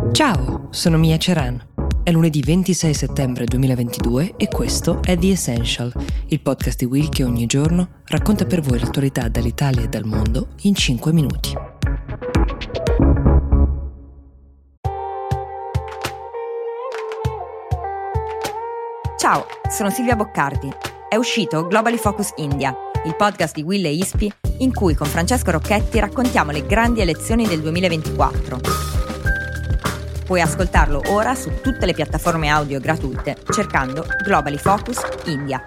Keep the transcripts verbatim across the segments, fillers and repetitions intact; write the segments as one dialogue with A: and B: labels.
A: Ciao, sono Mia Ceran. È lunedì ventisei settembre duemilaventidue e questo è The Essential, il podcast di Will che ogni giorno racconta per voi l'attualità dall'Italia e dal mondo in cinque minuti.
B: Ciao, sono Silvia Boccardi. È uscito Globally Focus India, il podcast di Will e Ispi in cui con Francesco Rocchetti raccontiamo le grandi elezioni del duemilaventiquattro. Puoi ascoltarlo ora su tutte le piattaforme audio gratuite cercando Globally Focus India.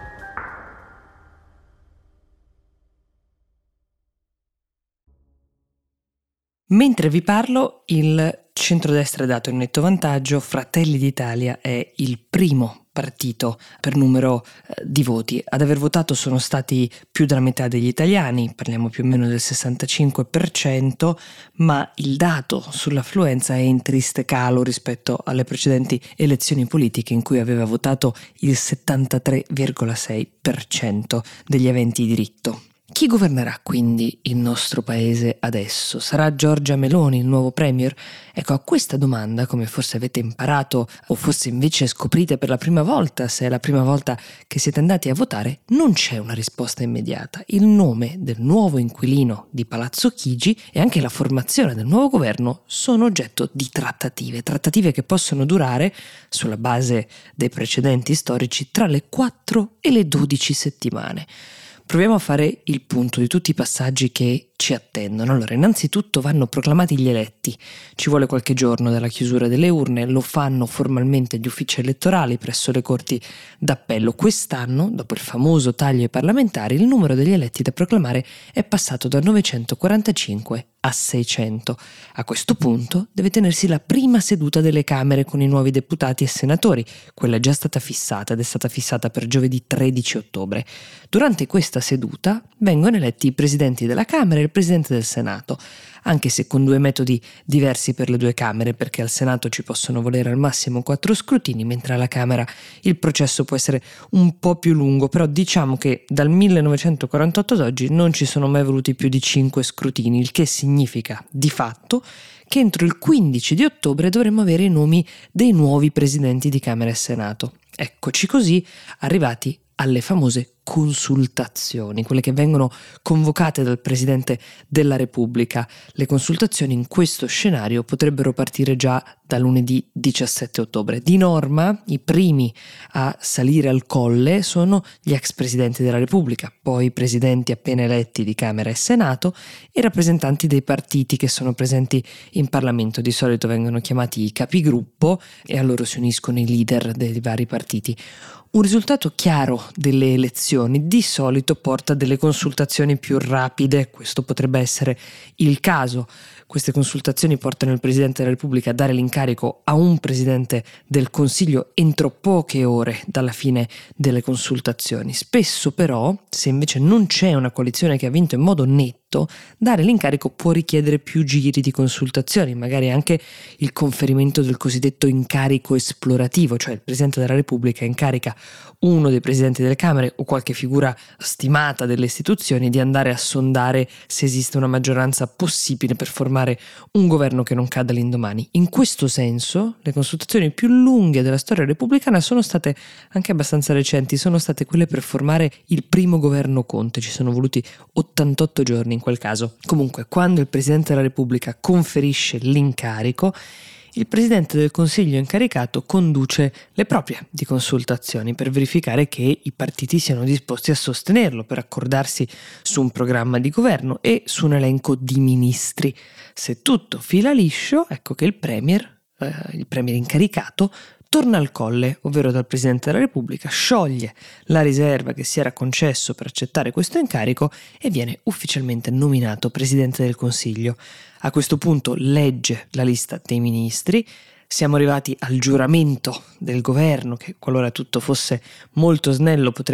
A: Mentre vi parlo, il centrodestra è dato in netto vantaggio. Fratelli d'Italia è il primo partito per numero eh, di voti. Ad aver votato sono stati più della metà degli italiani, parliamo più o meno del sessantacinque per cento, ma il dato sull'affluenza è in triste calo rispetto alle precedenti elezioni politiche in cui aveva votato il settantatré virgola sei per cento degli aventi diritto. Chi governerà quindi il nostro paese adesso? Sarà Giorgia Meloni il nuovo premier? Ecco, a questa domanda, come forse avete imparato o forse invece scoprite per la prima volta, se è la prima volta che siete andati a votare, non c'è una risposta immediata. Il nome del nuovo inquilino di Palazzo Chigi e anche la formazione del nuovo governo sono oggetto di trattative, trattative che possono durare, sulla base dei precedenti storici, tra le quattro e le dodici settimane. Proviamo a fare il punto di tutti i passaggi che ci attendono. Allora, innanzitutto vanno proclamati gli eletti. Ci vuole qualche giorno dalla chiusura delle urne, lo fanno formalmente gli uffici elettorali presso le corti d'appello. Quest'anno, dopo il famoso taglio ai parlamentari, il numero degli eletti da proclamare è passato da novecentoquarantacinque a seicento. A questo punto deve tenersi la prima seduta delle Camere con i nuovi deputati e senatori. Quella è già stata fissata ed è stata fissata per giovedì tredici ottobre. Durante questa seduta vengono eletti i presidenti della Camera e il presidente del Senato, anche se con due metodi diversi per le due Camere, perché al Senato ci possono volere al massimo quattro scrutini, mentre alla Camera il processo può essere un po' più lungo, però diciamo che dal millenovecentoquarantotto ad oggi non ci sono mai voluti più di cinque scrutini, il che significa di fatto che entro il quindici di ottobre dovremo avere i nomi dei nuovi presidenti di Camera e Senato. Eccoci così arrivati alle famose consultazioni, quelle che vengono convocate dal Presidente della Repubblica. Le consultazioni in questo scenario potrebbero partire già da lunedì diciassette ottobre. Di norma, i primi a salire al colle sono gli ex Presidenti della Repubblica, poi i Presidenti appena eletti di Camera e Senato e i rappresentanti dei partiti che sono presenti in Parlamento. Di solito vengono chiamati i capigruppo e a loro si uniscono i leader dei vari partiti. Un risultato chiaro delle elezioni di solito porta a delle consultazioni più rapide, questo potrebbe essere il caso. Queste consultazioni portano il Presidente della Repubblica a dare l'incarico a un Presidente del Consiglio entro poche ore dalla fine delle consultazioni. Spesso però, se invece non c'è una coalizione che ha vinto in modo netto, dare l'incarico può richiedere più giri di consultazioni, magari anche il conferimento del cosiddetto incarico esplorativo, cioè il Presidente della Repubblica incarica uno dei Presidenti delle Camere o qualche figura stimata delle istituzioni di andare a sondare se esiste una maggioranza possibile per formare un governo che non cada l'indomani. In questo senso, le consultazioni più lunghe della storia repubblicana sono state anche abbastanza recenti, sono state quelle per formare il primo governo Conte, ci sono voluti ottantotto giorni in quel caso. Comunque, quando il Presidente della Repubblica conferisce l'incarico, il Presidente del Consiglio incaricato conduce le proprie di consultazioni per verificare che i partiti siano disposti a sostenerlo, per accordarsi su un programma di governo e su un elenco di ministri. Se tutto fila liscio, ecco che il Premier, eh, il Premier incaricato, torna al colle, ovvero dal Presidente della Repubblica, scioglie la riserva che si era concesso per accettare questo incarico e viene ufficialmente nominato Presidente del Consiglio. A questo punto legge la lista dei ministri. Siamo arrivati al giuramento del governo che, qualora tutto fosse molto snello, potrebbe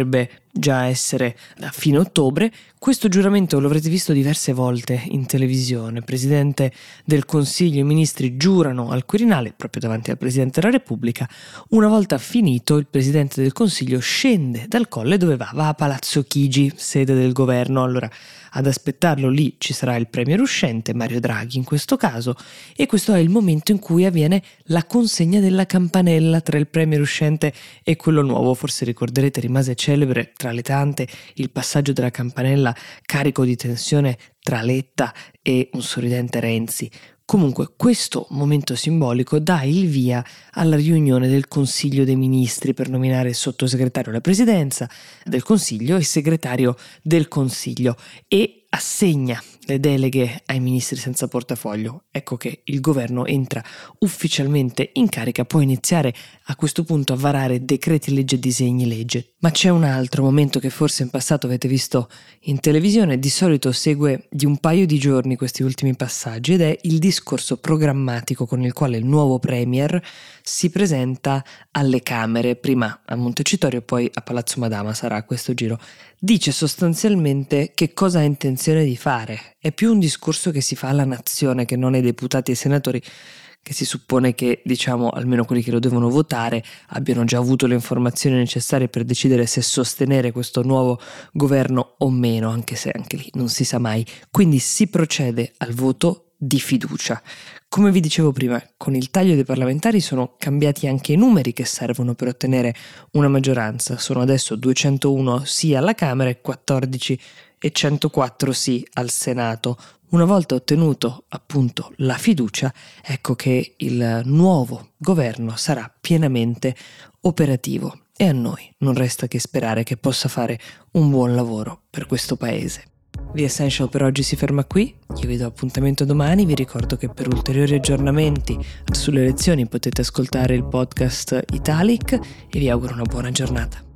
A: già essere a fine ottobre. Questo giuramento lo avrete visto diverse volte in televisione. Presidente del Consiglio e ministri giurano al Quirinale proprio davanti al Presidente della Repubblica. Una volta finito, il Presidente del Consiglio scende dal colle dove va? Va a Palazzo Chigi, sede del governo. Allora, ad aspettarlo lì ci sarà il premier uscente, Mario Draghi in questo caso, e questo è il momento in cui avviene la consegna della campanella tra il premier uscente e quello nuovo. Forse ricorderete, rimase celebre tra le tante il passaggio della campanella carico di tensione tra Letta e un sorridente Renzi. Comunque, questo momento simbolico dà il via alla riunione del Consiglio dei Ministri per nominare sottosegretario alla Presidenza del Consiglio e segretario del Consiglio e assegna le deleghe ai ministri senza portafoglio. Ecco che il governo entra ufficialmente in carica, può iniziare a questo punto a varare decreti legge e disegni legge. Ma c'è un altro momento che forse in passato avete visto in televisione, di solito segue di un paio di giorni questi ultimi passaggi, ed è il discorso programmatico con il quale il nuovo premier si presenta alle Camere, prima a Montecitorio e poi a Palazzo Madama sarà questo giro. Dice sostanzialmente che cosa ha intenzione di fare. È più un discorso che si fa alla nazione che non ai deputati e ai senatori, che si suppone che, diciamo, almeno quelli che lo devono votare abbiano già avuto le informazioni necessarie per decidere se sostenere questo nuovo governo o meno, anche se anche lì non si sa mai. Quindi si procede al voto di fiducia. Come vi dicevo prima, con il taglio dei parlamentari sono cambiati anche i numeri che servono per ottenere una maggioranza. Sono adesso duecentouno sì alla Camera e quattordici e centoquattro sì al Senato. Una volta ottenuto appunto la fiducia, ecco che il nuovo governo sarà pienamente operativo e a noi non resta che sperare che possa fare un buon lavoro per questo paese. The Essential per oggi si ferma qui, io vi do appuntamento domani, vi ricordo che per ulteriori aggiornamenti sulle elezioni potete ascoltare il podcast Italic e vi auguro una buona giornata.